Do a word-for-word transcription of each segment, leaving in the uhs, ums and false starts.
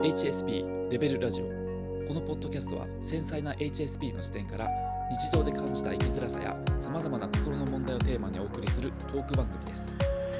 エイチエスピー レベルラジオ。このポッドキャストは繊細な エイチエスピー の視点から日常で感じた生きづらさやさまざまな心の問題をテーマにお送りするトーク番組です。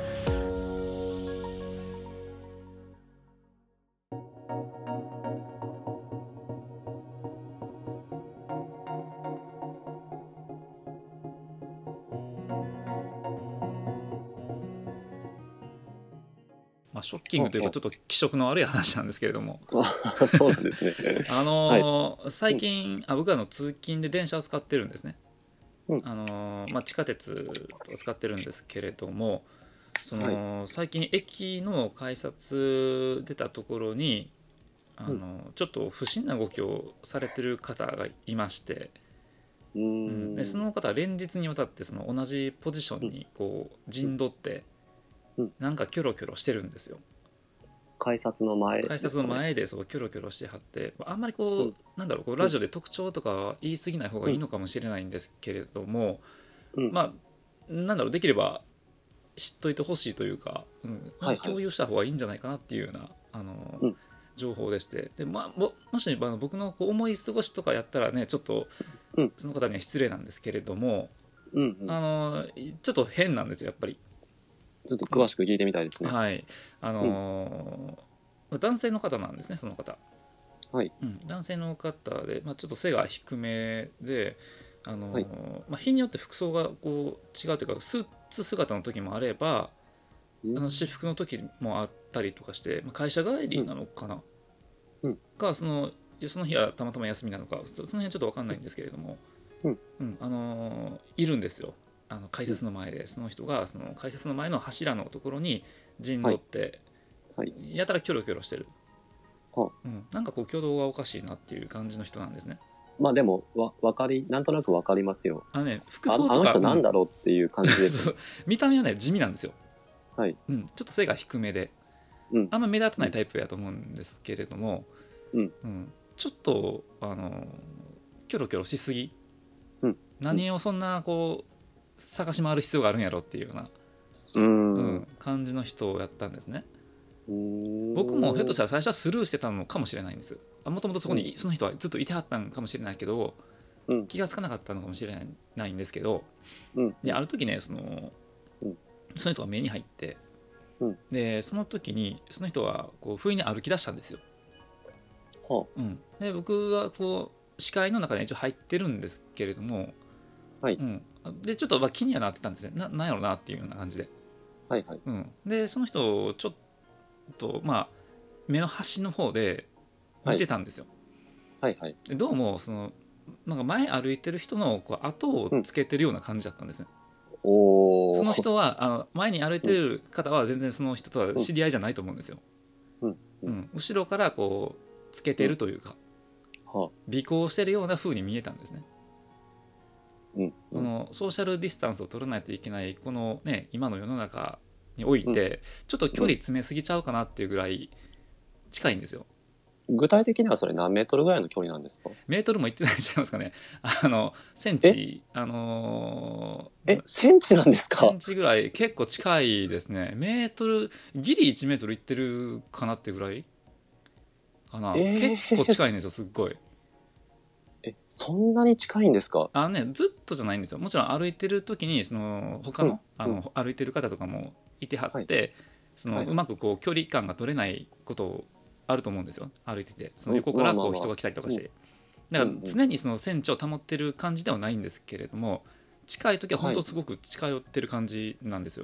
まあ、ショッキングというかちょっと気色の悪い話なんですけれどもあそうなんですねあのーはい、最近あ僕はあの通勤で電車を使ってるんですね、 うんあのーまあ、地下鉄を使ってるんですけれどもその、はい、最近駅の改札出たところにあの、うん、ちょっと不審な動きをされてる方がいまして、 うーん、 うん、でその方は連日にわたってその同じポジションにこう陣取ってなんかキョロキョロしてるんですよ。 改札の前ですかね。 改札の前でそうキョロキョロしてはってあんまりこう、うん、なんだろうこうラジオで特徴とか言い過ぎない方がいいのかもしれないんですけれども、うん、まあなんだろうできれば知っといてほしいというか、うん、なんか共有した方がいいんじゃないかなっていうようなあの、うん、情報でしてで、まあ、も, もしあの僕のこう思い過ごしとかやったらねちょっとその方には失礼なんですけれども、うんうん、あのちょっと変なんですよやっぱり。 ちょっと詳しく聞いてみたいですね。 はい、あのーうん、男性の方なんですねその方。 はい、 うん、男性の方で、まあ、ちょっと背が低めで、あのーはいまあ、日によって服装がこう違うというかスーツ姿の時もあれば、うん、あの私服の時もあったりとかして、まあ、会社帰りなのかな、うん、かそのその日はたまたま休みなのかその辺ちょっと分かんないんですけれども、うんうん、あのー、いるんですよ。あの改札の前でその人がその改札の前の柱のところに陣取って、はいはい、やたらキョロキョロしてる、はあうん、なんかこう挙動がおかしいなっていう感じの人なんですね。 まあでもわ分かりなんとなく分かりますよ。 あのね服装とか あ, あの人なんだろうっていう感じです、ね、 見た目はね地味なんですよ、 はいうん、ちょっと背が低めで、うん、あんま目立たないタイプやと思うんですけれども、うんうん、ちょっとあのキョロキョロしすぎ、うん、何をそんなこう探し回る必要があるんやろっていうような、うんうん、感じの人をやったんですね。僕もひょっとしたら最初はスルーしてたのかもしれないんです。もともとそこにその人はずっといてはったのかもしれないけど、うん、気がつかなかったのかもしれないんですけど、うん、である時ねその、うん、その人が目に入って、うん、でその時にその人はこう不意に歩き出したんですよ、はあうん、で僕はこう視界の中で一応入ってるんですけれども、はいうん、でちょっとまあ気にはなってたんですね。 な, なんやろうなっていうような感じで、はいはいうん、でその人をちょっとまあ目の端の方で見てたんですよ、はいはいはい、でどうもそのなんか前歩いてる人のこう後をつけてるような感じだったんですね、うん、おその人はあの前に歩いてる方は全然その人とは知り合いじゃないと思うんですよ、うんうん、後ろからこうつけてるというか、うん、尾行してるような風に見えたんですね。うんうん、このソーシャルディスタンスを取らないといけないこの、ね、今の世の中において、うん、ちょっと距離詰めすぎちゃうかなっていうぐらい近いんですよ。 具体的にはそれ何メートルぐらいの距離なんですか？ メートルも言ってないんちゃいますかね。あのセンチあのー、えセンチなんですか？ センチぐらい結構近いですね。メートルギリいちメートルいってるかなっていうぐらいかな、えー、結構近いんですよすっごい。 えそんなに近いんですか？ あのねずっとじゃないんですよ。もちろん歩いてる時にその他の、うん、あの歩いてる方とかもいてはって、はい、その、はい、うまくこう距離感が取れないことあると思うんですよ歩いてて。その横からこう人が来たりとかして、だから常にそのセンチを保ってる感じではないんですけれども、近い時は本当すごく近寄ってる感じなんですよ。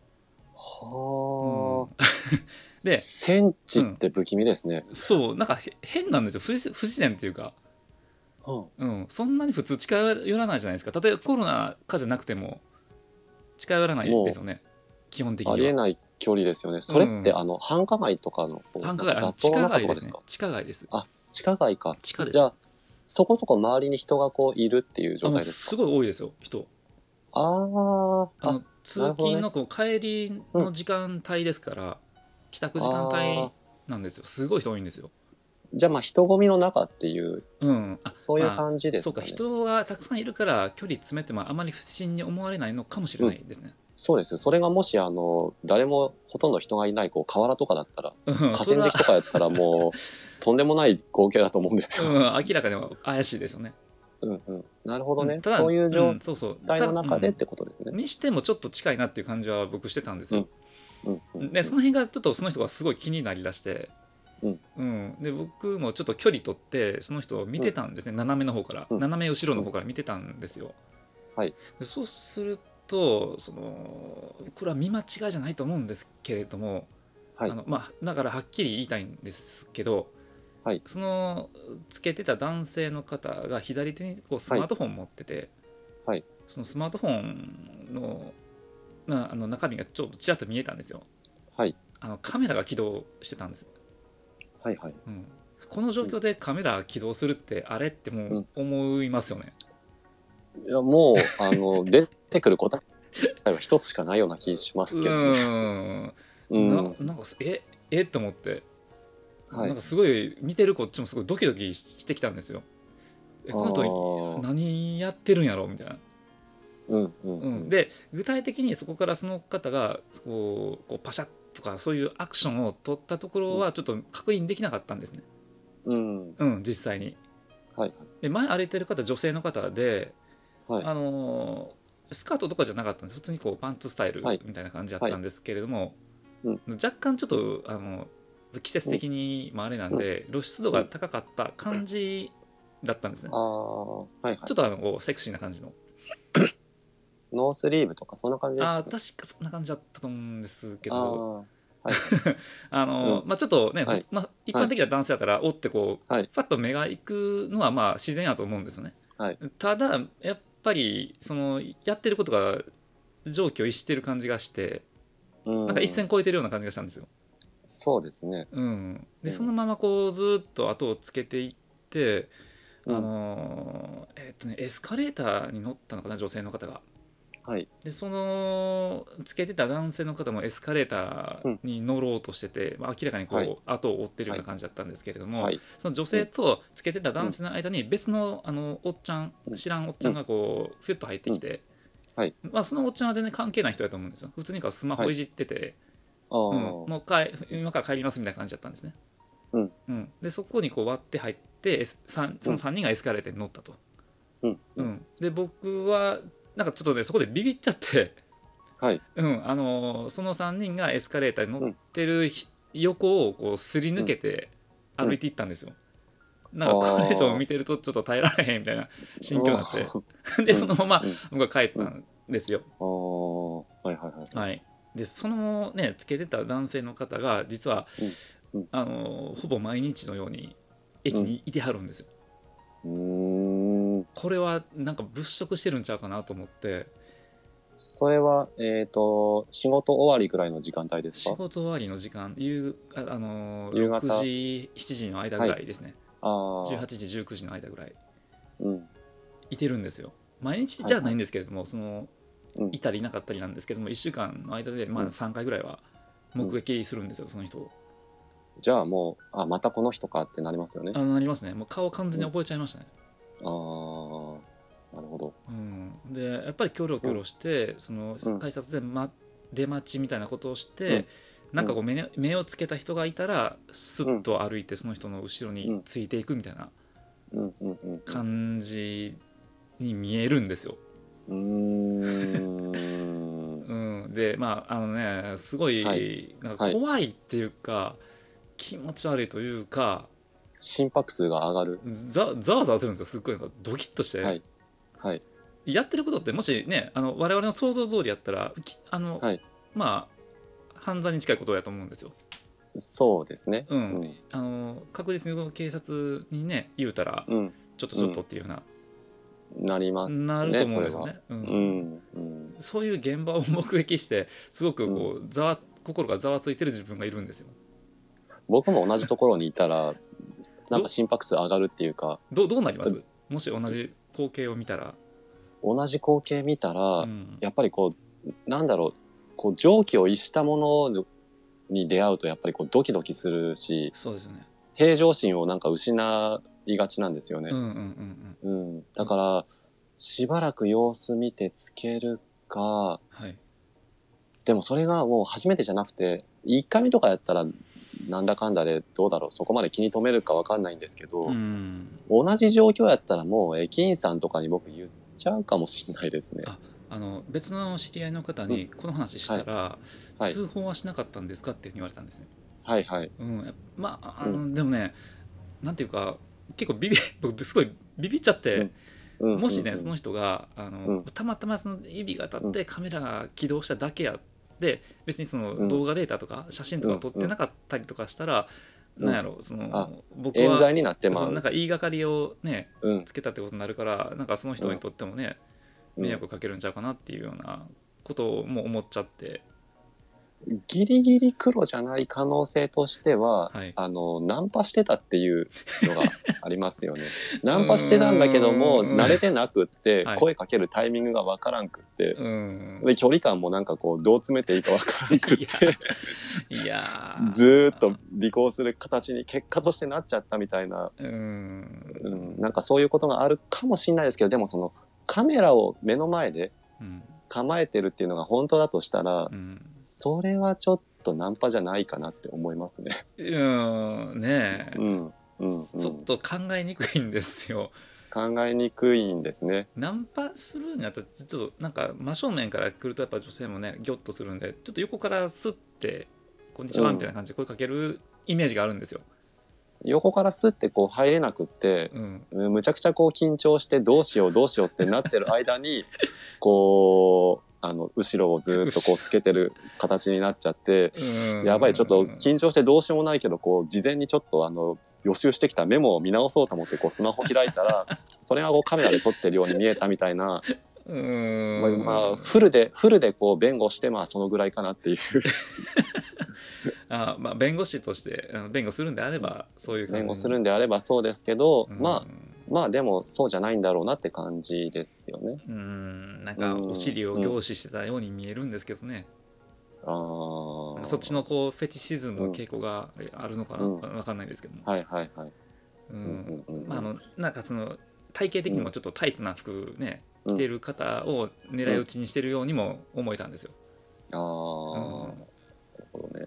はあ、うん、でセンチって不気味ですね、 うん、そうなんか変なんですよ。不自然っていうか、うん、そんなに普通近寄らないじゃないですか。例えばコロナ禍じゃなくても近寄らないですよね基本的には。 ありえない距離ですよね。それって、うん、あの繁華街とかの繁華街、あ、地下街ですね。地下街です。 あ、地下街か。 地下です。 じゃあそこそこ周りに人がこういるっていう状態ですか？ すごい多いですよ人。 ああの通勤のこう帰りの時間帯ですから、うん、帰宅時間帯なんですよ。すごい人多いんですよ。 じゃあまあ人混みの中っていう、うん、あそういう感じですかね。 まあ、そうか人がたくさんいるから距離詰めてもあまり不審に思われないのかもしれないですね、 そうです。それがもしあの誰もほとんど人がいないこう河原とかだったら、河川敷とかやったらもうとんでもない光景だと思うんですよ。 うん、明らかに怪しいですよね。 うんうん、なるほどね、 うん、ただそういう状態の中でってことですね。 うん、にしてもちょっと近いなっていう感じは僕してたんですよ。 うんうんうんうん、 でその辺がちょっとその人がすごい気になりだして、うんうん、で僕もちょっと距離取ってその人を見てたんですね、うん、斜めの方から、うん、斜め後ろの方から見てたんですよ。はい、でそうするとそのこれは見間違いじゃないと思うんですけれども、はい、あのまあ、だからはっきり言いたいんですけど、はい、そのつけてた男性の方が左手にこうスマートフォン持ってて、はい、そのスマートフォンのなあの中身がちょっとちらっと見えたんですよ。はい、あのカメラが起動してたんです。はいはい、うん、この状況でカメラ起動するってあれってもう思いますよね。 うん、いやもうあの出てくる答えは一つしかないような気しますけどね。 うん、ななんかええって思って、はい、なんかすごい見てるこっちもすごいドキドキしてきたんですよ。えこの人何やってるんやろみたいな。うんうんうん、で具体的にそこからその方がこうこうパシャッとかそういうアクションを取ったところはちょっと確認できなかったんですね。うん、うん、実際に。はい、で前歩いてる方女性の方で、はい、あのー、スカートとかじゃなかったんです。普通にこうパンツスタイルみたいな感じだったんですけれども、はいはい、若干ちょっとあの季節的にもあれなんで、うん、露出度が高かった感じだったんですね。あ、はいはい、ちょっとあのこうセクシーな感じのノースリーブとかそんな感じですか、ね、 あ確かそんな感じだったと思うんですけど、あ、はい、あの、うん、まあちょっとね、はいまあ、一般的な男性だったら、はい、おってこう、はい、ファッと目がいくのはまあ自然やと思うんですよね。はい、ただやっぱりそのやってることが常軌を逸してる感じがして、うん、なんか一線超えてるような感じがしたんですよ。 そうですね。 うん、でそのままこうずっと後をつけていって、うん、あのえー、っとねエスカレーターに乗ったのかな女性の方が。はい、でそのつけてた男性の方もエスカレーターに乗ろうとしてて、うんまあ、明らかにこう、はい、後を追ってるような感じだったんですけれども、はい、その女性とつけてた男性の間に別の、あのおっちゃん知らんおっちゃんがこうフュッと入ってきて、うんはいまあ、そのおっちゃんは全然関係ない人だと思うんですよ。普通にスマホいじってて、はいうん、もうか今から帰りますみたいな感じだったんですね。うんうん、でそこにこう割って入って、そのさんにんがエスカレーターに乗ったと。うんうん、で僕はなんかちょっとねそこでビビっちゃって、はいうんあのー、そのさんにんがエスカレーターに乗ってる、うん、横をこうすり抜けて歩いていったんですよ。うん、なんかこれ以上見てるとちょっと耐えられへんみたいな心境になってでそのまま僕は帰ったんですよ。はいはいはいはい、でそのねつけてた男性の方が実は、うんうん、あのー、ほぼ毎日のように駅にいてはるんですよ。うんこれはなんか物色してるんちゃうかなと思って。 それは、えーと、仕事終わりくらいの時間帯ですか？ 仕事終わりの時間夕 あ、あのー、ろくじしちじの間ぐらいですね、はい、じゅうはちじじゅうくじの間ぐらい、うん、いてるんですよ。毎日じゃないんですけれども、はいはい、そのいたりいなかったりなんですけどもいっしゅうかんの間でまあさんかいぐらいは目撃するんですよ、うん、その人を。 じゃあもうあまたこの人かってなりますよね。 あなりますね。もう顔完全に覚えちゃいましたね。 うん、ああなるほど。 うん、でやっぱりキョロキョロして、うん、その改札で、ま、出待ちみたいなことをして、うん、なんかこう 目, 目をつけた人がいたらスッと歩いてその人の後ろについていくみたいな感じに見えるんですよ。うーん、うん、でまああのねすごいなんか怖いっていうか、はい、気持ち悪いというか心拍数が上がるざざわざわするんですよ。すっごいなんかドキッとして、はいはい、やってることってもしねあの我々の想像通りやったらあの、はい、まあ犯罪に近いことやと思うんですよ。 そうですね、 うんうん、あの確実に警察にね言うたら、うん、ちょっとちょっとっていうふうな、 うん、なりますね。 なると思うんですよね。うんうんうん、そういう現場を目撃してすごくこうざわ心がざわついてる自分がいるんですよ。 僕も同じところにいたらなんか心拍数上がるっていうかど ど, どうなります？もし同じ光景を見たら。 同じ光景見たら、うん、やっぱりこうなんだろうこう常軌を逸したものに出会うとやっぱりこうドキドキするし、 そうですよね、 平常心をなんか失いがちなんですよね。だからしばらく様子見てつけるか、はい、 でもそれがもう初めてじゃなくて、いっかいめとかやったらなんだかんだでどうだろう、そこまで気に留めるかわかんないんですけど、うん、同じ状況やったらもう駅員さんとかに僕言っちゃうかもしれないですね。 ああの別の知り合いの方にこの話したら、うんはいはい、通報はしなかったんですかっていうふうに言われたんですよ。 はいはい。 うん、まああの、うん、でもね、なんていうか結構ビビ僕すごいビビっちゃって、うん、もしね、うんうんうん、その人があの、うん、たまたまその指が当たってカメラが起動しただけやって別にその動画データとか写真とか撮ってなかったりとかしたら、うん、なんやろその僕は冤罪になってまう、 そのなんか言いがかりをね、うん、つけたってことになるからなんかその人にとってもね、迷惑かけるんちゃうかなっていうようなことも思っちゃって。 ギリギリ黒じゃない可能性としては、はい、あのナンパしてたっていうのがありますよね。ナンパしてたんだけども慣れてなくって声かけるタイミングがわからんくって、はい、で距離感もなんかこうどう詰めていいかわからんくっていやずっと尾行する形に結果としてなっちゃったみたいな、うん、うん、なんかそういうことがあるかもしれないですけど、でもそのカメラを目の前で、うん構えてるっていうのが本当だとしたら、うん、それはちょっとナンパじゃないかなって思いますね。 うんねえ、うんうんうん、ちょっと考えにくいんですよ。 考えにくいんですね。 ナンパするんやったらちょっとなんか真正面から来るとやっぱ女性もねギョッとするんで、ちょっと横からスッてこんにちはみたいな感じで声かけるイメージがあるんですよ。 横からスッてこう入れなくって、うん、むちゃくちゃこう緊張してどうしようどうしようってなってる間にこうあの後ろをずっとこうつけてる形になっちゃってやばいちょっと緊張してどうしようもないけどこう事前にちょっとあの予習してきたメモを見直そうと思ってこうスマホ開いたらそれがこうカメラで撮ってるように見えたみたいな。うーん、まあ、フルでフルでこう弁護してまあそのぐらいかなっていうあ、まあ、弁護士として弁護するんであればそういう感じ弁護するんであればそうですけど、まあまあでもそうじゃないんだろうなって感じですよね。 うん、なんかお尻を凝視してたように見えるんですけどね。うん、あそっちのこうフェティシズムの傾向があるのかな、うん、分かんないですけども。 はいはいはい。 まああのなんかその体型的にもちょっとタイトな服ね、うん、着てる方を狙い撃ちにしてるようにも思えたんですよ。ああ、うん、なるほどね。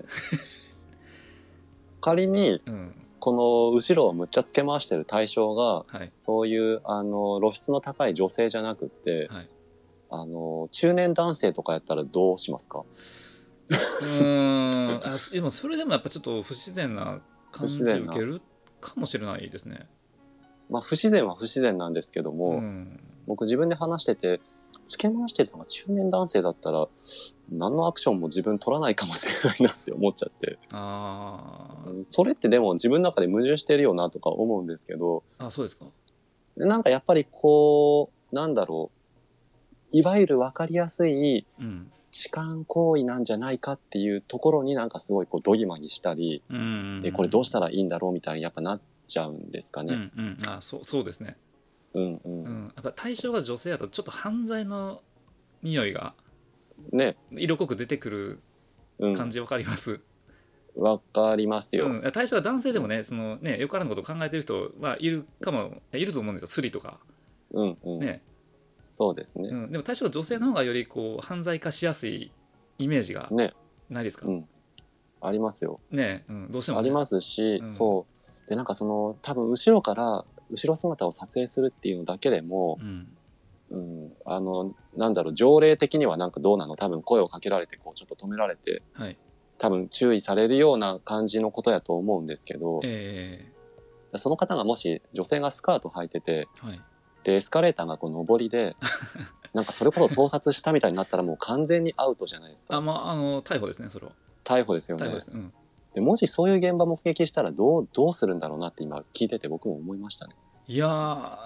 仮に、うんこの後ろをむっちゃつけ回してる対象が、はい、そういうあの露出の高い女性じゃなくって、はい、あの中年男性とかやったらどうしますか？ うーんあでもそれでもやっぱちょっと不自然な感じを受けるかもしれないですね。 まあ不自然は不自然なんですけども、うん、僕自分で話しててつけ回してるのが中年男性だったら何のアクションも自分取らないかもしれないなって思っちゃって、あそれってでも自分の中で矛盾してるよなとか思うんですけど、 あそうですか。 なんかやっぱりこうなんだろういわゆる分かりやすい痴漢行為なんじゃないかっていうところになんかすごいこうドギマギしたり、うんうんうん、えこれどうしたらいいんだろうみたいにやっぱなっちゃうんですかね。 うんうん、あそうそうですね。うんうんうん、やっぱ対象が女性だとちょっと犯罪の匂いがね色濃く出てくる感じ分かります？ 分かりますよ、 うん、対象が男性でもね、そのねよくあることを考えてる人はいるかもいると思うんですよ。スリとか、 うんうん、ねそうですね、 うん、でも対象が女性の方がよりこう犯罪化しやすいイメージがないですか？ね、うん、 ありますよね、うん、どうしても、ね、 ありますし、うん、そうでなんかその多分後ろから後ろ姿を撮影するっていうのだけでも、うんうん、あのなんだろう条例的にはなんかどうなの多分声をかけられてこうちょっと止められて、はい、多分注意されるような感じのことやと思うんですけど、えー、その方がもし女性がスカート履いてて、はい、でエスカレーターがこう上りでなんかそれこそ盗撮したみたいになったらもう完全にアウトじゃないですか。 あ、まあ、あの逮捕ですねそれは。 逮捕ですよね。 逮捕です、うん、 でもしそういう現場目撃したらどうどうするんだろうなって今聞いてて僕も思いましたね。 いや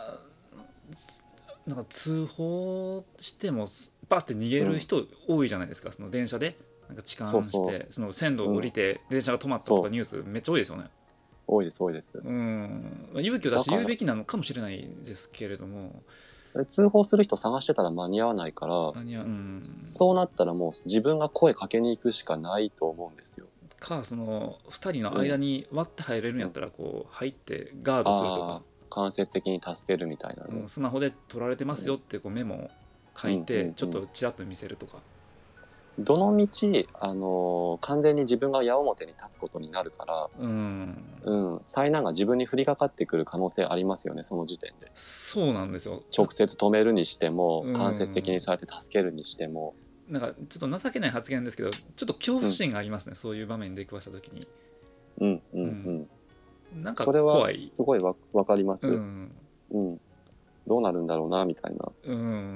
なんか通報してもバッて逃げる人多いじゃないですか、うん、その電車でなんか痴漢して、そうそう、その線路を降りて電車が止まったとかニュースめっちゃ多いですよね。 多いです多いです。 うん、勇気を出して言うべきなのかもしれないですけれども、 通報する人探してたら間に合わないから、うん、そうなったらもう自分が声かけに行くしかないと思うんですよ。 かそのふたりの間に割って入れるんやったらこう入ってガードするとか、 間接的に助けるみたいな、ね、 うん、スマホで撮られてますよってこうメモを書いてちょっとチラッと見せるとか、 どの道、あのー、完全に自分が矢面に立つことになるから、 うんうん、災難が自分に降りかかってくる可能性ありますよね、その時点で。 そうなんですよ。 直接止めるにしても、 うん、 間接的にそうやって助けるにしても。 なんかちょっと情けない発言ですけど、ちょっと恐怖心がありますね、うん、そういう場面に出くわした時に。 うんうんうん。 うん、なんかそれは怖い。 すごいわ分かります。 うん、 うん。どうなるんだろうなみたいな。 うん、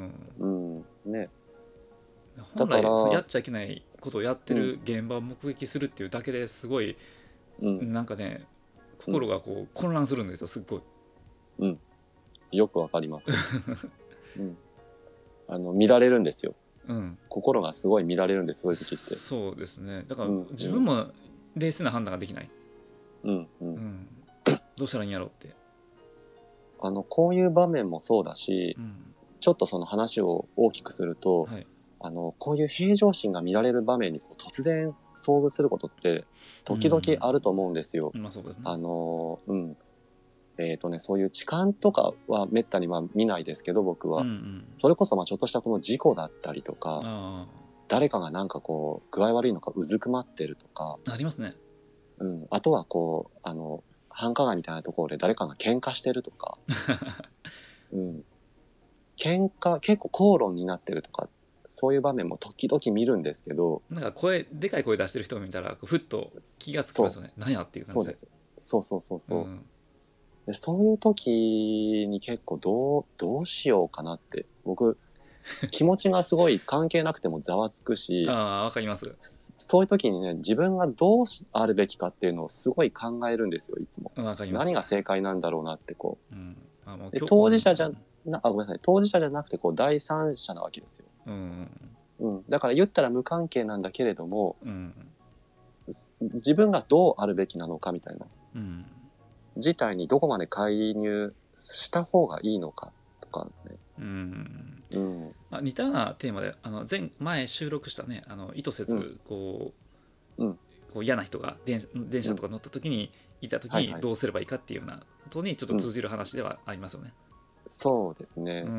うん、ね。 本来そやっちゃいけないことをやってる現場を目撃するっていうだけですごい、うん、なんかね心がこう混乱するんですよ、すっごい。 うん、よくわかります。うん、あの乱れるんですよ。うん、心がすごい乱れるんです、そういう時って。 そうですね。だから自分も冷静な判断ができない。うんうん、うん、どうしたらいいんやろうって。 あのこういう場面もそうだし、うん、ちょっとその話を大きくすると、はい、あのこういう平常心が見られる場面にこう突然遭遇することって時々あると思うんですよ。まあそうですね。あのうんえーとね、そういう痴漢とかはめったにまあ見ないですけど僕は、うんうん、それこそまあちょっとしたこの事故だったりとか、誰かがなんかこう具合悪いのかうずくまってるとかありますね。 うん、あとはこうあの繁華街みたいなところで誰かが喧嘩してるとか、うん、喧嘩結構口論になってるとかそういう場面も時々見るんですけど、 なんか声でかい声出してる人を見たらふっと気がつきますよね。何やっていう感じで。 そうです。そうそうそうそう。うん、でそういう時に結構どうどうしようかなって僕気持ちがすごい関係なくてもざわつくしああわかります。 そういう時にね自分がどうあるべきかっていうのをすごい考えるんですよいつも。わかります。何が正解なんだろうなってこう、うん、あもうで当事者じゃなあごめんなさい当事者じゃなくてこう第三者なわけですよ。うんうん、だから言ったら無関係なんだけれども、うん、自分がどうあるべきなのかみたいな、うん、事態にどこまで介入した方がいいのかとかね。うんうん、あ似たようなテーマであの前前収録したねあの意図せずこう、うん、こう嫌な人が電電車とか乗った時に、うん、いた時にどうすればいいかっていうようなことにちょっと通じる話ではありますよね。 うん、そうですね。 うん、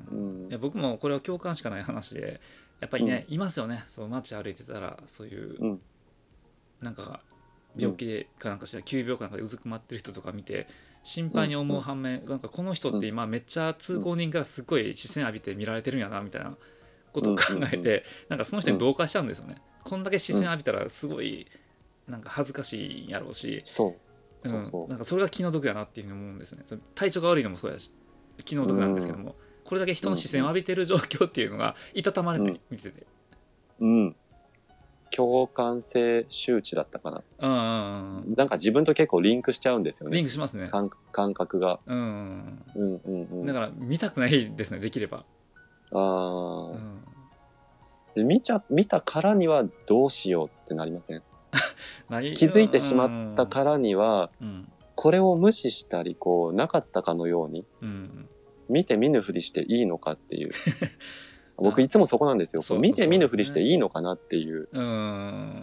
うん、いや僕もこれは共感しかない話でやっぱりね、うん、いますよね。そう街歩いてたらそういう、うん、なんか病気かなんかして急病かなんかでうずくまってる人とか見て心配に思う反面、うん、なんかこの人って今めっちゃ通行人からすごい視線浴びて見られてるんやなみたいなことを考えて、うん、なんかその人に同化しちゃうんですよね。こんだけ視線浴びたらすごいなんか恥ずかしいんやろうし、 そうそうそう、 うん、なんかそれが気の毒やなっていうふうに思うんですね。体調が悪いのもそうやし気の毒なんですけども、うん、これだけ人の視線を浴びてる状況っていうのがいたたまれない、うん、見てて、 うん、共感性周知だったかな。うんうん、なんか自分と結構リンクしちゃうんですよね。 リンクしますね。 感, 感覚が、 うんうんうんうん。だから見たくないですねできれば。ああ、うん、で見ちゃ見たからにはどうしようってなりません？気づいてしまったからには、うん、これを無視したりこうなかったかのように、うん、見て見ぬふりしていいのかっていう僕いつもそこなんですよ。そう見て見ぬふりしていいのかなっていう。うん。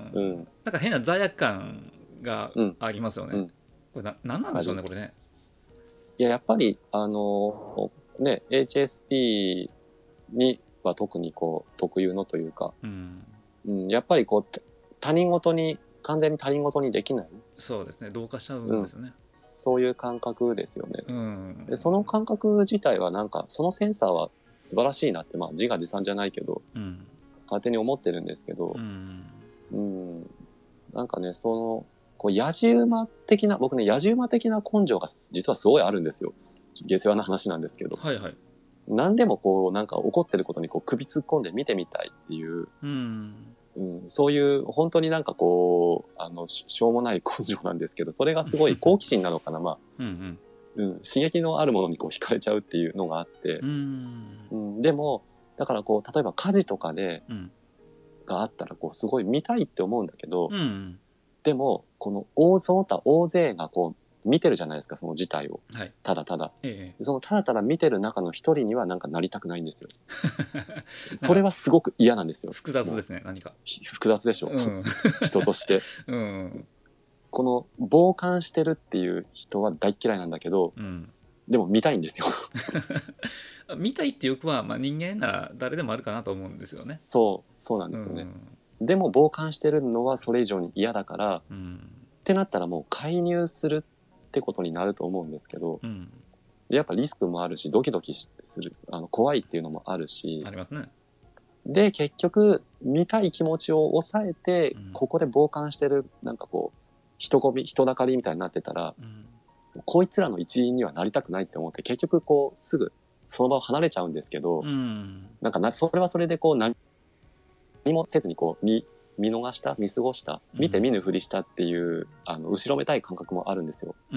うん。なんか変な罪悪感がありますよね。うん、これな何なんでしょうねこれね。 いややっぱりあのね エイチエスピー には特にこう特有のというか、うんうん、やっぱりこう他人事に完全に他人事にできない。 そうですね同化しちゃうんですよね。うん、 そういう感覚ですよね。うん、でその感覚自体はなんかそのセンサーは素晴らしいなって、まあ、自画自賛じゃないけど、うん、勝手に思ってるんですけど、うんうん、なんかねそのこう野じ馬的な僕ね野じ馬的な根性が実はすごいあるんですよ。下世話な話なんですけど、はいはい、何でもこうなんか起こってることにこう首突っ込んで見てみたいっていう、うんうん、そういう本当になんかこうあのしょうもない根性なんですけどそれがすごい好奇心なのかなまあうん、うんうん、刺激のあるものにこう惹かれちゃうっていうのがあって、うんうん、でもだからこう例えば火事とかで、うん、があったらこうすごい見たいって思うんだけど、うん、でもこの大その他大勢がこう見てるじゃないですかその事態を、はい、ただただ、ええ、そのただただ見てる中の一人にはなんかなりたくないんですよそれはすごく嫌なんですよ。 複雑ですね何か複雑でしょ、うん、人として、うん、この傍観してるっていう人は大嫌いなんだけど、うん、 でも見たいんですよ見たいっていう欲は、まあ、人間なら誰でもあるかなと思うんですよね。 そうそうなんですよね、うん、でも傍観してるのはそれ以上に嫌だから、うん、ってなったらもう介入するってことになると思うんですけど、うん、やっぱリスクもあるしドキドキする、あの怖いっていうのもあるし、 ありますね。 で結局見たい気持ちを抑えて、うん、ここで傍観してるなんかこう人混み人だかりみたいになってたら、うん、こいつらの一員にはなりたくないって思って結局こうすぐその場を離れちゃうんですけど、うん、なんかなそれはそれでこう何もせずにこう見見逃した見過ごした見て見ぬふりしたっていう、うん、あの後ろめたい感覚もあるんですよ、うん、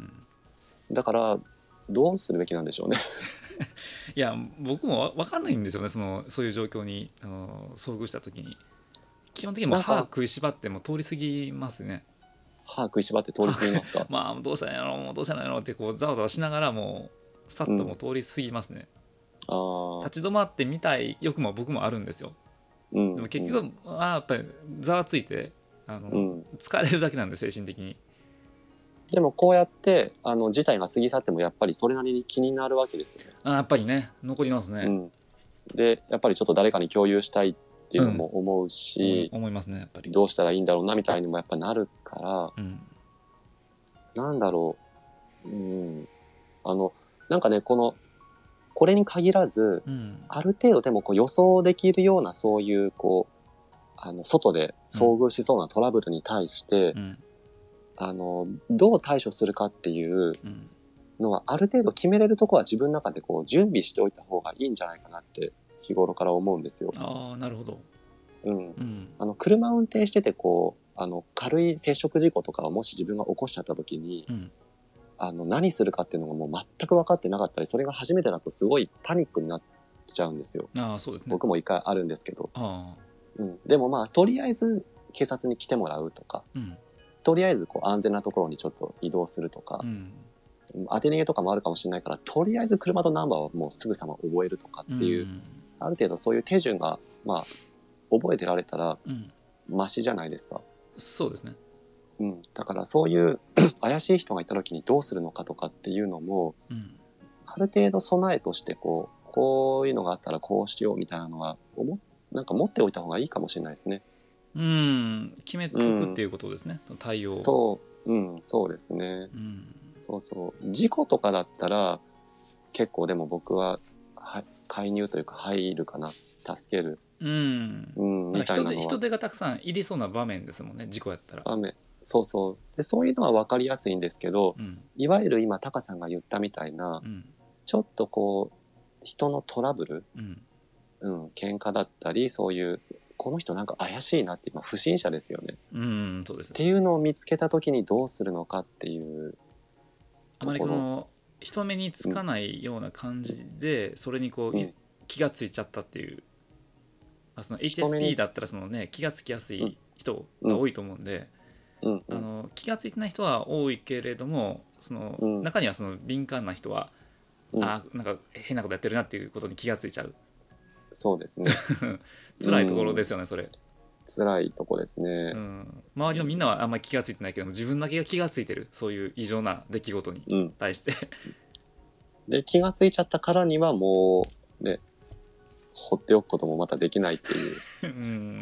だからどうするべきなんでしょうねいや僕も分かんないんですよね、そのそういう状況にあの遭遇した時に基本的にもう歯食いしばっても通り過ぎますね。 歯食いしばって通り過ぎますかまあどうしたんやろどうしたんやろってこうざわざわしながらもうさっともう通り過ぎますね、うん、あ立ち止まってみたい欲も僕もあるんですよ、うん、でも結局、うん、あやっぱりざわついてあの、うん、疲れるだけなんで精神的に。 でもこうやってあの事態が過ぎ去ってもやっぱりそれなりに気になるわけですよね。 あやっぱりね残りますね、うん、 でやっぱりちょっと誰かに共有したいっていうのも思うし、 うん、思いますねやっぱりどうしたらいいんだろうなみたいにもやっぱなるから、うん、なんだろう、うん、あのなんかねこのこれに限らず、うん、ある程度でもこう予想できるようなそういうこうあの外で遭遇しそうなトラブルに対して、うん、あのどう対処するかっていうのはある程度決めれるところは自分の中でこう準備しておいた方がいいんじゃないかなって日頃から思うんですよ。 ああなるほど。 うん。うん、あの車運転しててこうあの軽い接触事故とかをもし自分が起こしちゃった時に、うん、あの何するかっていうのがもう全く分かってなかったり、それが初めてだとすごいパニックになっちゃうんですよ。 ああそうですね。 僕も一回あるんですけど。あうん、でもまあとりあえず警察に来てもらうとか。うんとりあえずこう安全なところにちょっと移動するとか、うん、当て逃げとかもあるかもしれないからとりあえず車とナンバーをもうすぐさま覚えるとかっていう、うん、ある程度そういう手順がまあ覚えてられたらマシじゃないですか、 うん、そうですね、 うん、だからそういう怪しい人がいた時にどうするのかとかっていうのも、うん、ある程度備えとしてこうこういうのがあったらこうしようみたいなのはなんか持っておいた方がいいかもしれないですね。 うん決めとくっていうことですね、うん、対応。 そううんそうですね、うん、そうそう事故とかだったら結構でも僕はは介入というか入るかな助ける、 うんうん、みたいなのは人手人手がたくさんいりそうな場面ですもんね事故やったら。 場面そうそうでそういうのは分かりやすいんですけど、うん、いわゆる今タカさんが言ったみたいな、うん、ちょっとこう人のトラブル、うんうん、喧嘩だったりそういうこの人なんか怪しいなって今不審者ですよね、 うん、そうですねっていうのを見つけた時にどうするのかっていうあまりこの人目につかないような感じで、うん、それにこう、うん、気がついちゃったっていうその エイチエスピー だったらその、ね、気がつきやすい人が多いと思うんで、うんうん、あの気がついてない人は多いけれどもその、うん、中にはその敏感な人は、うん、あなんか変なことやってるなっていうことに気がついちゃう。 そうですね辛いところですよね、うん、それ辛いとこですね、うん、周りのみんなはあんまり気がついてないけども自分だけが気がついてるそういう異常な出来事に対して、 うん、で気がついちゃったからにはもうね放っておくこともまたできないっていう、うん、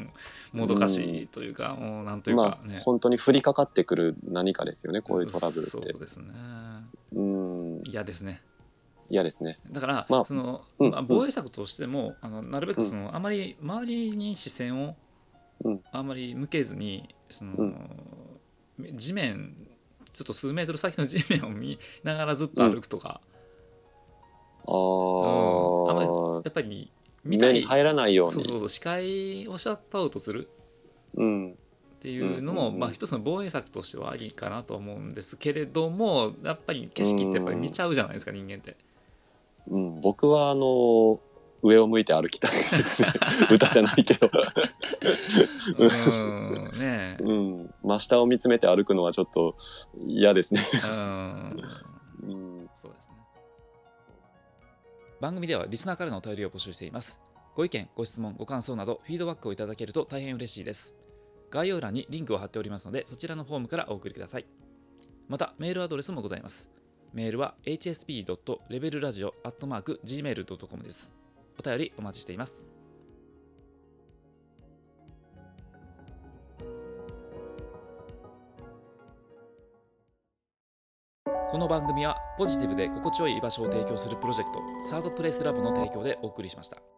もどかしいというか、うん、もうなんというか、ね、 まあ本当に降りかかってくる何かですよねこういうトラブルって。 そうですね、うん嫌ですね嫌ですね。 だから、まあそのうんまあ、防衛策としても、うん、あのなるべくその、うん、あまり周りに視線を、うん、あまり向けずにその、うん、地面ちょっと数メートル先の地面を見ながらずっと歩くとか、 うん、あ, うん、 あまりやっぱり見たい目に入らないようにそうそうそう視界をシャットアウトする、うん、っていうのも、うんうんうんまあ、一つの防衛策としてはいいかなと思うんですけれどもやっぱり景色ってやっぱり見ちゃうじゃないですか、うん、人間って。 うん、僕はあの上を向いて歩きたいですね歌じゃないけどうんねえ、うん、真下を見つめて歩くのはちょっと嫌ですねうん、 うん、そうですね。番組ではリスナーからのお便りを募集しています。ご意見ご質問ご感想などフィードバックをいただけると大変嬉しいです。概要欄にリンクを貼っておりますのでそちらのフォームからお送りください。またメールアドレスもございます。 メールは エイチエスピードットレベルラジオアットマークジーメールドットコム です。お便りお待ちしています。この番組はポジティブで心地よい居場所を提供するプロジェクトサードプレイスラボの提供でお送りしました。